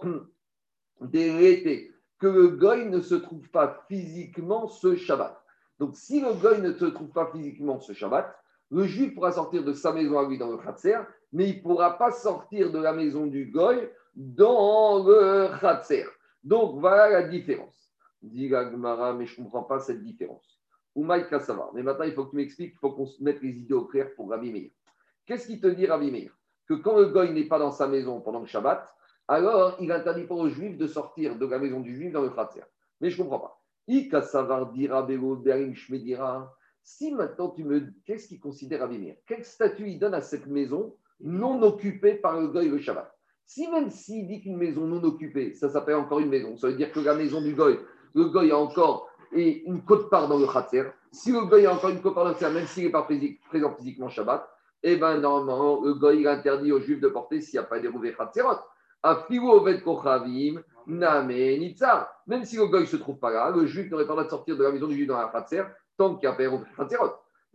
d'été que le goy ne se trouve pas physiquement ce Shabbat. Donc, si le goy ne se trouve pas physiquement ce Shabbat, le juif pourra sortir de sa maison à lui dans le khatser, mais il ne pourra pas sortir de la maison du goy dans le khatser. Donc, voilà la différence. Dit la Gemara, mais je ne comprends pas cette différence. Oumaï Kassava. Mais maintenant, il faut que tu m'expliques, il faut qu'on se mette les idées au clair pour Rabbi Meir. Qu'est-ce qui te dit, Rabbi Meir? Que quand le goy n'est pas dans sa maison pendant le Shabbat, alors il interdit pas aux juifs de sortir de la maison du juif dans le khatser. Mais je ne comprends pas. Si maintenant tu me. Qu'est-ce qu'il considère Rabbi Meir? Quel statut il donne à cette maison non occupée par le goy le Shabbat? Si même s'il dit qu'une maison non occupée, ça s'appelle encore une maison, ça veut dire que la maison du goy, le goy a encore une quote-part dans le khatser. Si le goy a encore une quote-part dans le khatser, même s'il n'est pas présent physiquement Shabbat, eh bien normalement, le goy il interdit aux juifs de porter s'il n'y a pas d'érouvé khatserot. Même si le goy ne se trouve pas là, le juif n'aurait pas le droit de sortir de la maison du juif dans la khatser tant qu'il n'y a pas d'érouvé khatserot.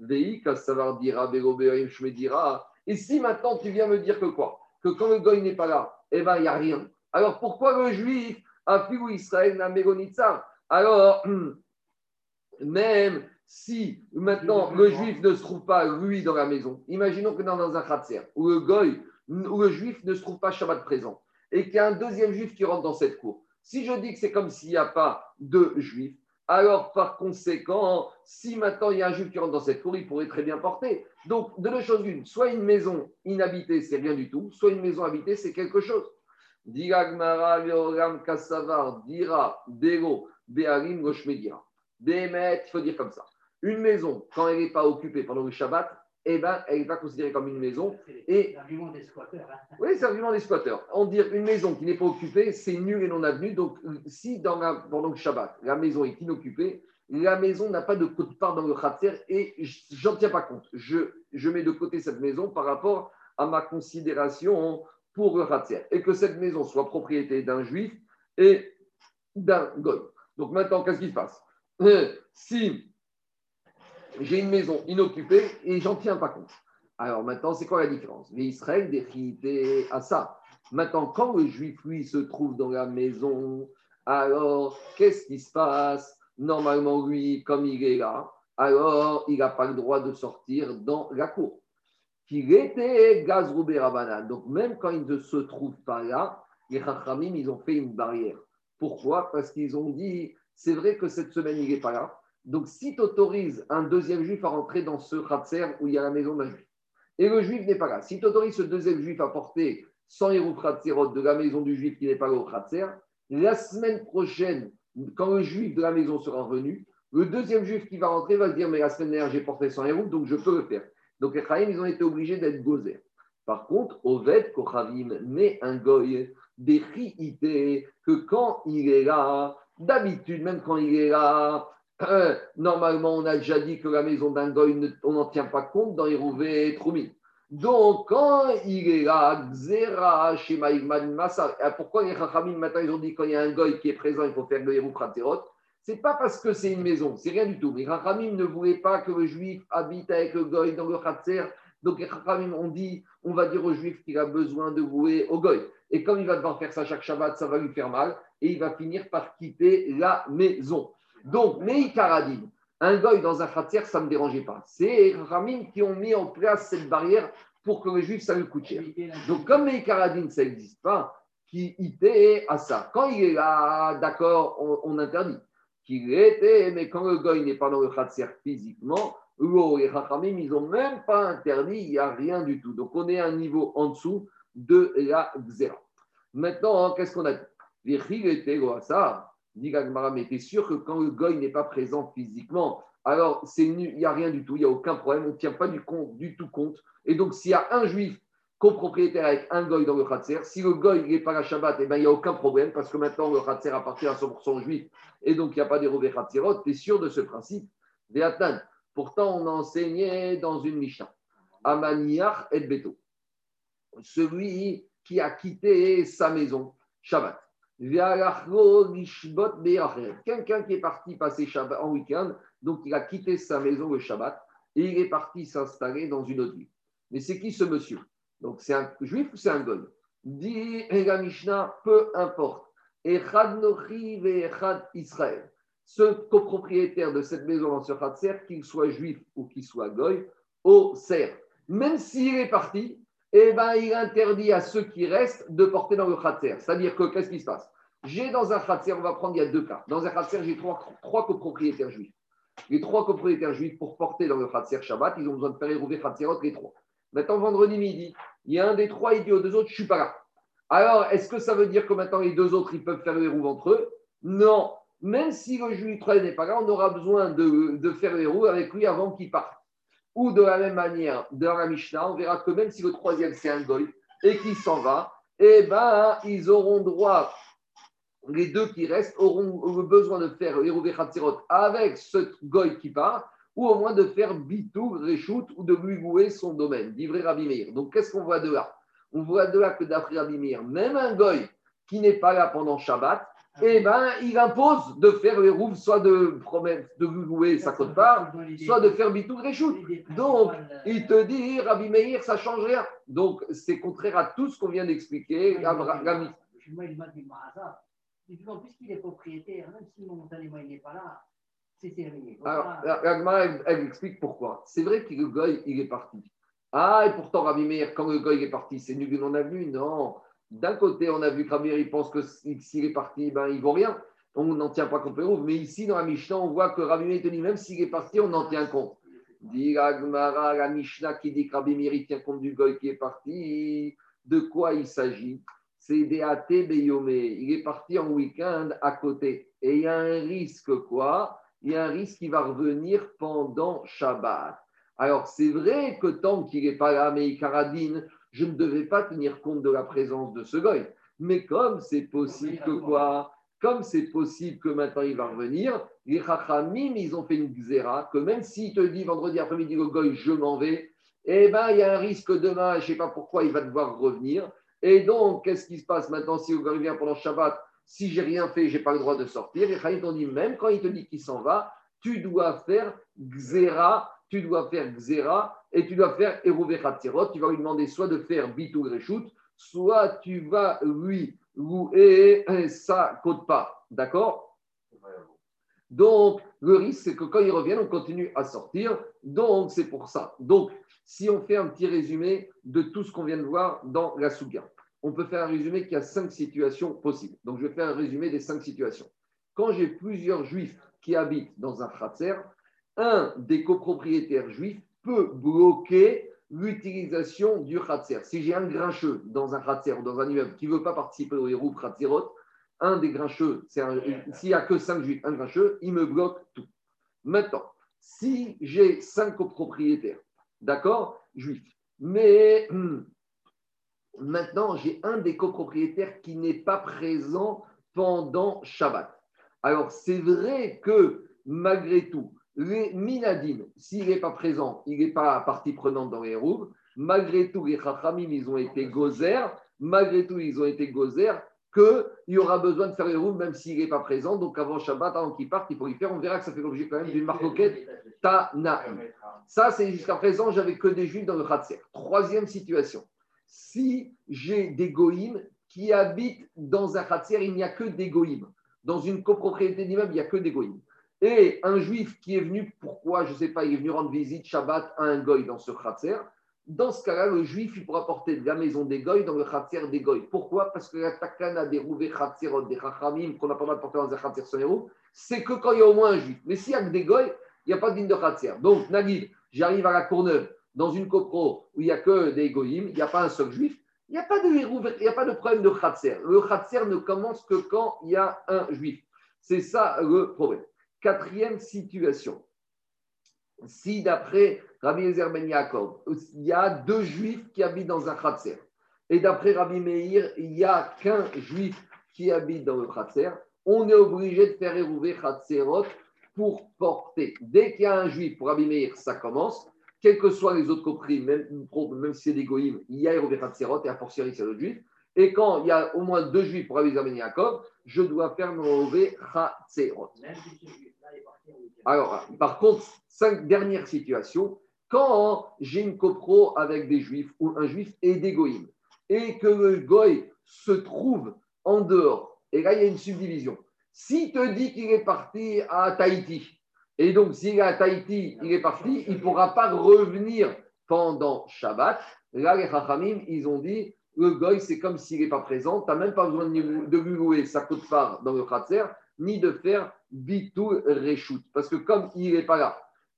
Et si maintenant tu viens me dire que quoi? Que quand le goy n'est pas là, eh ben il n'y a rien. Alors pourquoi le juif a fiou Israël na megonitza? Alors, même si maintenant le juif ne se trouve pas lui dans la maison, imaginons que dans, dans un khatser où le goy, où le juif ne se trouve pas Shabbat présent et qu'il y a un deuxième juif qui rentre dans cette cour. Si je dis que c'est comme s'il n'y a pas de juif, alors par conséquent, si maintenant il y a un juif qui rentre dans cette cour, il pourrait très bien porter. Donc, de deux choses une, soit une maison inhabitée, c'est rien du tout, soit une maison habitée, c'est quelque chose. Dira Kassavar, Dira, Dero, Beharim, Roshmedira. Bémet, il faut dire comme ça. Une maison, quand elle n'est pas occupée pendant le Shabbat, eh ben, elle n'est pas considérée comme une maison. Et... L'argument des squatteurs. Hein. Oui, c'est l'argument des squatteurs. On dit une maison qui n'est pas occupée, c'est nul et non avenu. Donc, si dans la, pendant le Shabbat, la maison est inoccupée, la maison n'a pas de part dans le khatser et j'en tiens pas compte. Je, je mets de côté cette maison par rapport à ma considération pour le khatser. Et que cette maison soit propriété d'un juif et d'un goy. Donc maintenant, qu'est-ce qui se passe ? Si j'ai une maison inoccupée et j'en tiens pas compte. Alors maintenant, c'est quoi la différence ? Mais Israël décrité à ça. Maintenant, quand le juif, lui, se trouve dans la maison, alors qu'est-ce qui se passe ? Normalement, lui, comme il est là, alors il n'a pas le droit de sortir dans la cour. Qu'il était Gazroubé Rabbanan. Donc, même quand il ne se trouve pas là, les Chachamim, ils ont fait une barrière. Pourquoi ? Parce qu'ils ont dit, c'est vrai que cette semaine, il n'est pas là. Donc, si tu autorises un deuxième juif à rentrer dans ce khatser où il y a la maison d'un juif, et le juif n'est pas là, si tu autorises ce deuxième juif à porter cent héros khatserot de la maison du juif qui n'est pas là au khatser, la semaine prochaine, quand le juif de la maison sera revenu, le deuxième juif qui va rentrer va se dire, mais la semaine dernière, j'ai porté cent héros, donc je peux le faire. Donc, les Chaim, ils ont été obligés d'être gozer. Par contre, Oved, Kochavim, mais un goy, des chiités, que quand il est là, d'habitude, même quand il est là, euh, normalement, on a déjà dit que la maison d'un goy, on n'en tient pas compte dans Hérouvé et Troumi. Donc, quand il est là, Xera, Shema, Igman, Massa, pourquoi les Chachamim, maintenant, ils ont dit quand il y a un goy qui est présent, il faut faire le Hérou Khatserot. Ce n'est pas parce que c'est une maison, c'est rien du tout. Les Chachamim ne voulaient pas que le juif habite avec le goy dans le Khatser. Donc, les Chachamim ont dit, on va dire au juif qu'il a besoin de vouer au goy. Et comme il va devoir faire ça chaque Shabbat, ça va lui faire mal. Et il va finir par quitter la maison. Donc, Meikaradin, un goy dans un khatser, ça ne me dérangeait pas. C'est les Chachamim qui ont mis en place cette barrière pour que le juif, ça lui coûte cher. Donc, comme Meikaradin, ça n'existe pas, qui était à ça. Quand il est là, d'accord, on, on interdit. Qu'il était, mais quand le goy n'est pas dans le khatser physiquement, les Chachamim, ils n'ont même pas interdit, il n'y a rien du tout. Donc, on est à un niveau en dessous de la Xéra. Maintenant, qu'est-ce qu'on a dit ? Virchil était ça. Dit Gagmara, mais t'es sûr que quand le goy n'est pas présent physiquement, alors c'est nu, il n'y a rien du tout, il n'y a aucun problème, on ne tient pas du, compte, du tout compte. Et donc, s'il y a un juif copropriétaire avec un goy dans le khatser, si le goy n'est pas la Shabbat, eh ben, il n'y a aucun problème parce que maintenant le khatser appartient à cent pour cent juif et donc il n'y a pas des revers khatserot. Tu es sûr de ce principe ? Ve'atan. Pourtant, on a enseigné dans une Mishnah, Amaniach et Beto, celui qui a quitté sa maison, Shabbat. Quelqu'un qui est parti passer Shabbat en week-end, donc il a quitté sa maison le Shabbat et il est parti s'installer dans une autre ville. Mais c'est qui ce monsieur ? Donc c'est un juif ou c'est un goy ? Dit la Mishnah, peu importe. Echad Nochi ve'echad Israël. Ce copropriétaire de cette maison dans ce khatser, qu'il soit juif ou qu'il soit goy, au ser. Même s'il est parti, eh ben, il interdit à ceux qui restent de porter dans le khatser. C'est-à-dire que, qu'est-ce qui se passe ? J'ai dans un khatser, on va prendre, il y a deux cas. Dans un khatser, j'ai trois, trois copropriétaires juifs. Les trois copropriétaires juifs, pour porter dans le khatser Shabbat, ils ont besoin de faire érouver khatserot les trois. Maintenant, vendredi midi, il y a un des trois, il dit aux deux autres, je ne suis pas là. Alors, est-ce que ça veut dire que maintenant, les deux autres, ils peuvent faire le hérouve entre eux ? Non. Même si le juif n'est pas là, on aura besoin de, de faire le hérouve avec lui avant qu'il parte. Ou de la même manière, dans la Mishnah, on verra que même si le troisième, c'est un goy, et qu'il s'en va, eh ben, ils auront droit, les deux qui restent auront besoin de faire Hérouvé Khatzirot avec ce goy qui part, ou au moins de faire Bitou, Réchout, ou de lui louer son domaine, d'Ivré Rabbi Meir. Donc, qu'est-ce qu'on voit de là ? On voit de là que d'après Rabbi Meir, même un goy qui n'est pas là pendant Shabbat, eh ben, il impose de faire les rouves, soit de promettre de lui louer sa quote-part, soit de faire Bitou Réchout. Donc, il te dit, Rabbi Meir, ça ne change rien. Donc, c'est contraire à tout ce qu'on vient d'expliquer. Moi, il m'a dit, puisqu'il est propriétaire, même si momentanément il n'est pas là, c'est terminé. Alors, la, la Gemara, elle, elle explique pourquoi. C'est vrai que le goy, il est parti. Ah, et pourtant, Rabbi Meir, quand le goy est parti, c'est nul qu'on a vu. Non. D'un côté, on a vu que Rabbi Meir, il pense que s'il est parti, ben, il ne vaut rien. On n'en tient pas compte. Mais ici, dans la Mishnah, on voit que Rabbi Meir te dit, même s'il est parti, on en tient compte. Dit la Gemara, la Mishnah qui dit que Rabbi Meir, il tient compte du goy qui est parti. De quoi il s'agit ? C'est des athées Beyomé. Il est parti en week-end à côté. Et il y a un risque, quoi ? Il y a un risque qui va revenir pendant Shabbat. Alors, c'est vrai que tant qu'il n'est pas là, mais Icaradine, je ne devais pas tenir compte de la présence de ce goy. Mais comme c'est possible que quoi? Comme c'est possible que maintenant il va revenir, les Chachamim, ils ont fait une xéra, que même s'il te dit vendredi après-midi, le goy, je m'en vais, eh bien, il y a un risque demain, je ne sais pas pourquoi, il va devoir revenir. Et donc, qu'est-ce qui se passe maintenant si le goy vient pendant Shabbat? Si j'ai rien fait, je n'ai pas le droit de sortir. Les Chachamim t'ont dit, même quand il te dit qu'il s'en va, tu dois faire xéra, tu dois faire xéra, et tu dois faire Eruvé Khatirot. Tu vas lui demander soit de faire Bitou Reshout, soit tu vas lui louer sa côte part. D'accord? Donc, le risque, c'est que quand il revient, on continue à sortir. Donc, c'est pour ça. Donc, si on fait un petit résumé de tout ce qu'on vient de voir dans la Souga, on peut faire un résumé qui a cinq situations possibles. Donc, je vais faire un résumé des cinq situations. Quand j'ai plusieurs juifs qui habitent dans un khatser, un des copropriétaires juifs peut bloquer l'utilisation du khatser. Si j'ai un grincheux dans un khatser ou dans un immeuble qui ne veut pas participer au héros khatserot, un des grincheux, c'est un, s'il n'y a que cinq juifs, un grincheux, il me bloque tout. Maintenant, si j'ai cinq copropriétaires, d'accord, juifs, mais hum, maintenant j'ai un des copropriétaires qui n'est pas présent pendant Shabbat. Alors, c'est vrai que malgré tout, les minadim, s'il n'est pas présent, il n'est pas partie prenante dans les roues, malgré tout, les chachamim, ils ont été gozer, malgré tout, ils ont été gozer, qu'il y aura besoin de faire les roues même s'il n'est pas présent. Donc, avant Shabbat, avant qu'il parte, il faut y faire. On verra que ça fait l'objet quand même d'une marcoquette Tanaïm. Ça, c'est jusqu'à présent, j'avais que des juifs dans le Khatser. Troisième situation. Si j'ai des goïms qui habitent dans un Khatser, il n'y a que des goïms. Dans une copropriété d'immeuble, il n'y a que des goïms. Et un juif qui est venu, pourquoi, je ne sais pas, il est venu rendre visite Shabbat à un goy dans ce khatser. Dans ce cas-là, le juif, il pourra porter de la maison des goy dans le khatser des goy. Pourquoi? Parce que la takana des rouvés khatserot, des chachamim, qu'on n'a pas le droit de porter dans un khatser sans les roues, c'est que quand il y a au moins un juif. Mais s'il y a que des goy, il n'y a pas de ligne de khatser. Donc, Nagid, j'arrive à la Courneuve, dans une copro où il n'y a que des goyim, il n'y a pas un seul juif, il n'y a pas de il n'y a pas de problème de khatser. Le khatser ne commence que quand il y a un juif. C'est ça le problème. Quatrième situation. Si d'après Rabbi Eliezer Ben Yaakov, il y a deux juifs qui habitent dans un khatser, et d'après Rabbi Meir, il n'y a qu'un juif qui habite dans le khatser, on est obligé de faire érouver khatserot pour porter. Dès qu'il y a un juif, pour Rabbi Meir, ça commence. Quels que soient les autres compris, même, même si c'est des goïms, il y a érouvé khatserot, et à fortiori, c'est le juif. Et quand il y a au moins deux juifs pour Rabbi Eliezer Ben Yaakov, je dois faire érouver khatserot. Alors, par contre, cinq dernières situations, quand j'ai une copro avec des juifs ou un juif et des goïms, et que le goy se trouve en dehors, et là il y a une subdivision. S'il te dit qu'il est parti à Tahiti, et donc s'il est à Tahiti, il est parti, il ne pourra pas revenir pendant Shabbat. Là, les Chachamim, ils ont dit, le goy, c'est comme s'il n'est pas présent, tu n'as même pas besoin de lui louer sa côte-part dans le khatser, ni de faire bitou reshoot. Parce que comme il n'est pas là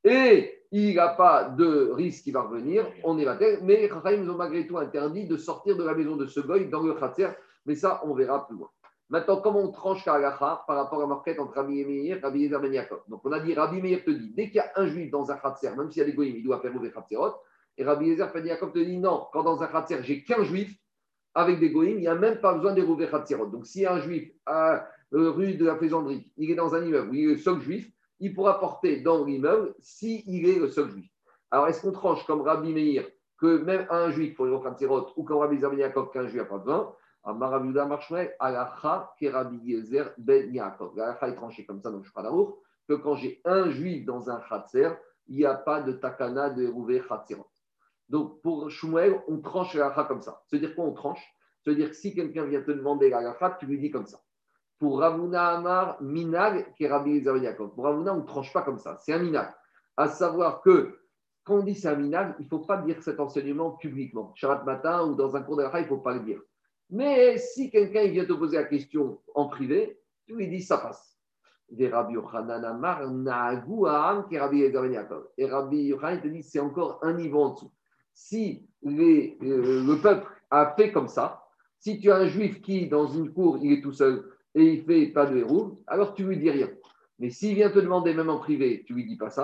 et il n'a pas de risque qu'il va revenir, on est bâtard. Mais les Chachamim ont malgré tout interdit de sortir de la maison de ce goy dans le khatser. Mais ça, on verra plus loin. Maintenant, comment on tranche la halacha par rapport à la marquette entre Rabbi Meir et Rabbi Eliezer Ben Yaakov? Donc, on a dit, Rabbi Meir te dit, dès qu'il y a un juif dans un khatser, même s'il y a des goyim, il doit faire ouvrir khatserot. Et Rabbi Eliezer Ben Yaakov te dit, non, quand dans un khatser, j'ai qu'un juif avec des goyim, il n'y a même pas besoin de rouvrir khatserot. Donc, s'il y a un juif à euh, rue de la Faisanderie, il est dans un immeuble où il est le seul juif, il pourra porter dans l'immeuble s'il est le seul juif. Alors, est-ce qu'on tranche comme Rabbi Meir que même un juif, il faut le khatserot, ou comme Rabbi Eliezer Ben Yaakov, qu'un juif n'a pas besoin? Amaraviuda Marshmel, Alacha, Kerabi Yezer, Ben Yaakov. L'Alacha est tranché comme ça, donc je parle d'amour, que quand j'ai un juif dans un khatser, il n'y a pas de takana de rouver khatserot. Donc pour Shmuel, on tranche l'Alacha comme ça. C'est-à-dire quoi on tranche? C'est-à-dire que si quelqu'un vient te demander l'Alacha, tu lui dis comme ça. Pour Ravuna Amar, Minag, Kerabi Yezer, Ben Yaakov. Pour Ravuna, on ne tranche pas comme ça. C'est un minag. À savoir que quand on dit c'est un minag, il ne faut pas dire cet enseignement publiquement. Shabbat matin ou dans un cours d'Alacha, il ne faut pas le dire. Mais si quelqu'un vient te poser la question en privé, tu lui dis ça passe. Et Rabbi Yochanan Amar, Naagu Aham, qui est Rabbi Eliezer Ben Yaakov. Et Rabbi Yochanan te dit c'est encore un niveau en dessous. Si les, euh, le peuple a fait comme ça, si tu as un juif qui, dans une cour, il est tout seul et il ne fait pas de héros, alors tu lui dis rien. Mais s'il vient te demander même en privé, tu lui dis pas ça.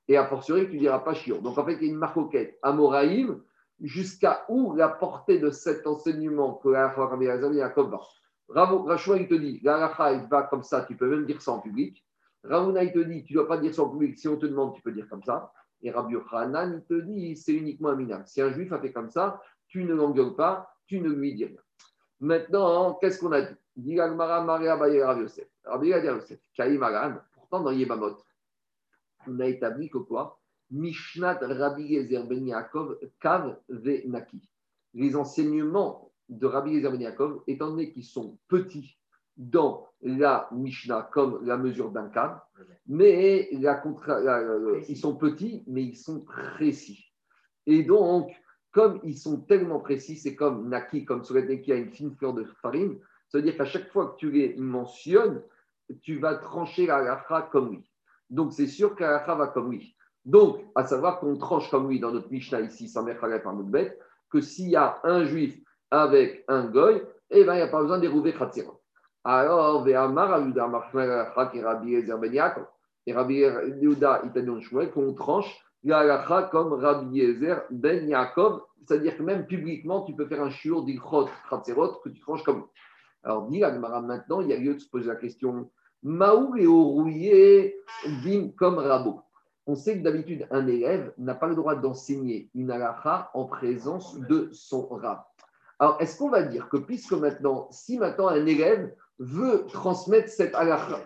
Et a fortiori, tu ne diras pas shiur. Donc en fait, il y a une marcoquette à Moraïm, jusqu'à où la portée de cet enseignement que la Rabbi Elazar et Yaakov va. Rachouin, il te dit, la halakha, il va comme ça, tu peux même dire ça en public. Ravuna, il te dit, tu ne dois pas dire ça en public. Si on te demande, tu peux dire comme ça. Et Rabbi Yochanan, il te dit, c'est uniquement un minag. Si un juif a fait comme ça, tu ne l'engueules pas, tu ne lui dis rien. Maintenant, qu'est-ce qu'on a dit? Dit Agmara, Maria, Baye, Rabbi Yosef. Rabbi Yosef, Kaïm Aran. Pourtant, dans Yebamot, on a établi que quoi? Mishnat Rabbi Yezer ben Yaakov, Kav ve Naki. Les enseignements de Rabbi Yezer ben Yaakov, étant donné qu'ils sont petits dans la Mishnah comme la mesure d'un kav, mais la contra... la, la, ils sont petits, mais ils sont précis. Et donc, comme ils sont tellement précis, c'est comme Naki, comme Solet qui a une fine fleur de farine, ça veut dire qu'à chaque fois que tu les mentionnes, tu vas trancher la halakha comme lui. Donc, c'est sûr que la halakha va comme lui. Donc, à savoir qu'on tranche comme lui dans notre Mishnah ici, sans mettre à la notre bête, que s'il y a un juif avec un goy, eh ben, il n'y a pas besoin d'érouver Khatsira. Alors, Ve'amar Aluda Marshmalach et Rabbi Yezer ben Yaakov. Et Rabbi Yehuda, il t'a dit en Shmuel qu'on tranche la halakha comme Rabbi Yezer ben Yaakov, c'est-à-dire que même publiquement, tu peux faire un shiur d'ilchot Khatzerot que tu tranches comme lui. Alors, dit Agmara maintenant, il y a lieu de se poser la question Maou et Orouillé dim comme Rabo. On sait que d'habitude, un élève n'a pas le droit d'enseigner une halakha en présence de son rab. Alors, est-ce qu'on va dire que puisque maintenant, si maintenant un élève veut transmettre cette halakha,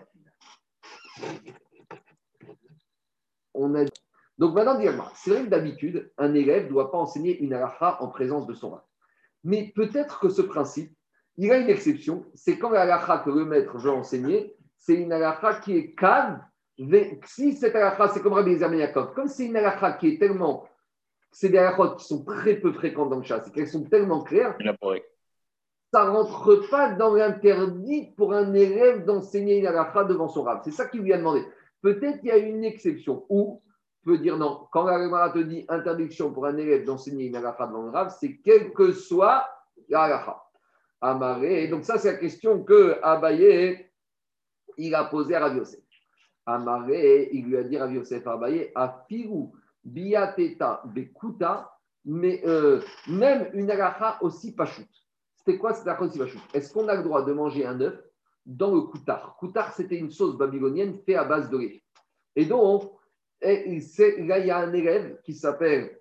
on a... Donc maintenant, c'est vrai que d'habitude, un élève ne doit pas enseigner une halakha en présence de son rab. Mais peut-être que ce principe, il a une exception, c'est quand la halakha que le maître veut enseigner, c'est une halakha qui est calme. Si cette halakha, c'est comme Rabbi Yezer ben Yaakov, comme c'est une halakha qui est tellement, c'est des halakhot qui sont très peu fréquentes dans le chat, c'est qu'elles sont tellement claires, ça ne rentre pas dans l'interdit pour un élève d'enseigner une halakha devant son rab. C'est ça qu'il lui a demandé. Peut-être qu'il y a une exception où on peut dire non. Quand la Gemara te dit interdiction pour un élève d'enseigner une halakha devant le rab, c'est quelle que soit la halakha. Amaré. Donc ça, c'est la question que Abaye il a posée à Rav Yosef. Amaré, il lui a dit Rav Yosef Abaye, Afiru biateta bekuta, mais euh, même une halakha aussi pachout. C'était quoi cette halakha aussi pachout? Est-ce qu'on a le droit de manger un œuf dans le koutar? Koutar, c'était une sauce babylonienne faite à base de lait. Et donc, et là, il y a un élève qui s'appelle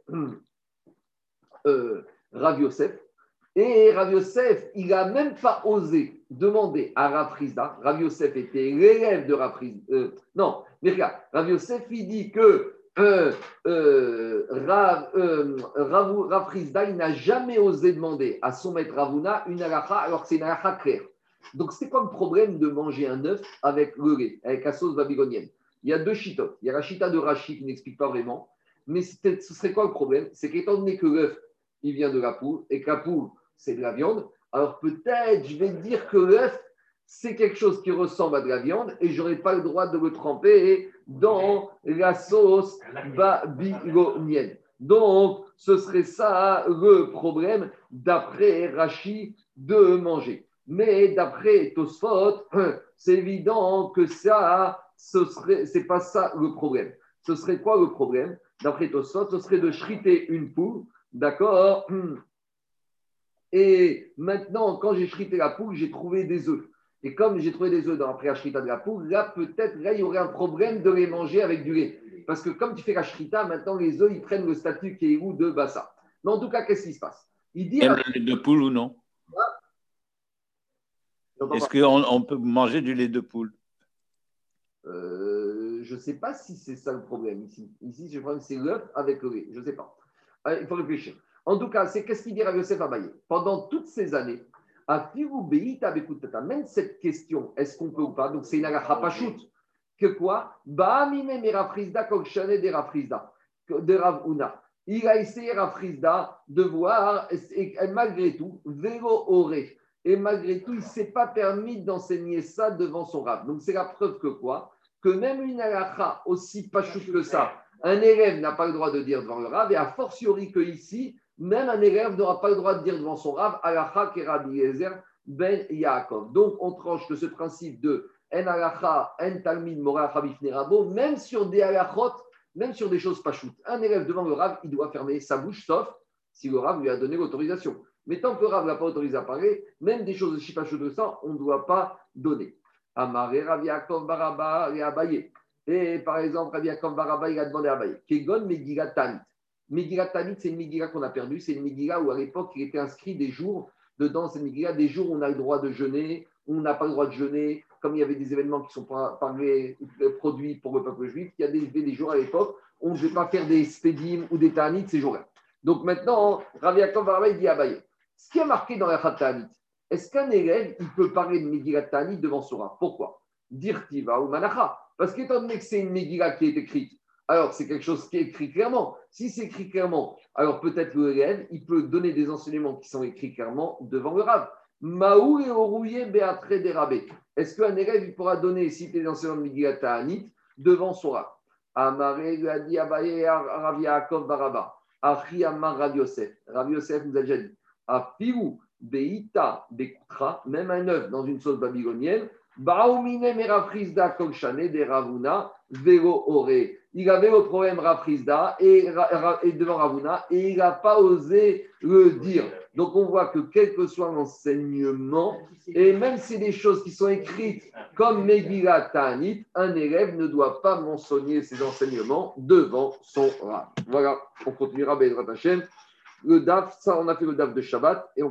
euh, Rav Yosef. Et Rav Yosef, il n'a même pas osé demander à Rav Frisda. Rav Yosef était l'élève de Rav Frisda. Euh, non, mais regarde, Rav Yosef, il dit que euh, euh, Rav, euh, Rav, Rav Frisda, il n'a jamais osé demander à son maître Ravuna une halakha, alors que c'est une halakha claire. Donc, c'est quoi le problème de manger un œuf avec le lait, avec la sauce babylonienne? Il y a deux chitotes. Il y a la chita de Rashi qui n'explique pas vraiment. Mais ce serait quoi le problème? C'est qu'étant donné que l'œuf, il vient de la poule, et que la poule, c'est de la viande, alors peut-être je vais dire que l'œuf, c'est quelque chose qui ressemble à de la viande et je n'aurai pas le droit de le tremper dans la sauce babylonienne. Donc, ce serait ça le problème d'après Rashi de manger. Mais d'après Tosfot, c'est évident que ça, ce serait, c'est pas ça le problème. Ce serait quoi le problème? D'après Tosfot, ce serait de shriter une poule, d'accord? Et maintenant, quand j'ai shrité la poule, j'ai trouvé des œufs. Et comme j'ai trouvé des œufs dans après la shrita de la poule, là, peut-être, là, il y aurait un problème de les manger avec du lait. Parce que comme tu fais la shrita, maintenant, les œufs, ils prennent le statut qui est où de bassa. Mais en tout cas, qu'est-ce qui se passe? Il dit... Même le lait de poule ou non? Est-ce qu'on on peut manger du lait de poule? euh, Je ne sais pas si c'est ça le problème ici. Ici, je crois que c'est l'œuf avec le lait. Je ne sais pas. Alors, il faut réfléchir. En tout cas, c'est qu'est-ce qu'il dit Rav Yosef Abaye? Pendant toutes ces années, à même cette question, est-ce qu'on peut ou pas? Donc c'est une halakha pachout. Que quoi? De Rav Huna. Il a essayé Rav Frisda de voir, et malgré tout, vélo oré. Et malgré tout, il ne s'est pas permis d'enseigner ça devant son Rav. Donc c'est la preuve que quoi? Que même une halakha aussi pachout que ça, un élève n'a pas le droit de dire devant le Rav, et a fortiori que ici, même un élève n'aura pas le droit de dire devant son Rav, halakha ke Rabbi Yezer ben Yaakov. Donc, on tranche que ce principe de en halakha, en talmid, mora chabifne rabo, même sur des halachot même sur des choses pas choutes. Un élève devant le Rav, il doit fermer sa bouche, sauf si le Rav lui a donné l'autorisation. Mais tant que le Rav ne l'a pas autorisé à parler, même des choses aussi pas chaudes de ça, on ne doit pas donner. Amaré Rav Yaakov Baraba et Abaye. Et par exemple, Rav Yaakov Baraba, il a demandé à Abaye. Kegon Megillat Tanit. Megillat Tanit, c'est une Megillah qu'on a perdue. C'est une Megillah où à l'époque, il était inscrit des jours. Dedans, c'est une Megillah, des jours où on a le droit de jeûner, où on n'a pas le droit de jeûner. Comme il y avait des événements qui sont parlés, produits pour le peuple juif, il y a des, des jours à l'époque où on ne devait pas faire des spédim ou des Tanit ces jours-là. Donc maintenant, Rav Yaakov Baraba, il dit à Abaye. Ce qui est marqué dans la Tanit, est-ce qu'un élève, il peut parler de Megillat Tanit devant son Rav? Pourquoi? Dirtiva ou Manacha. Parce qu'étant donné que c'est une Megillah qui est écrite, alors c'est quelque chose qui est écrit clairement. Si c'est écrit clairement, alors peut-être l'élève, il peut donner des enseignements qui sont écrits clairement devant le Rav. Maou et Orouye Béatre des Rabé. Est-ce qu'un élève, il pourra donner, citer des enseignements de Megillat Tanit devant son Rav? Amaré lui a dit Abaye Rav Yaakov Baraba. Achi Amar Rav Yosef. Rav Yosef nous a déjà dit. Afiou Beita Bekutra, même un œuf dans une sauce babylonienne. Baoumine Merafrizda Kolchane de Ravuna Vero Ore. Il avait le problème Rafrizda et, et devant Ravuna et il n'a pas osé le dire. Donc on voit que quel que soit l'enseignement, et même si c'est des choses qui sont écrites comme Megillat Tanit, un élève ne doit pas mentionner ses enseignements devant son Rav. Voilà, on continuera Bezrat Hashem. Le D A F, ça on a fait le D A F de Shabbat et on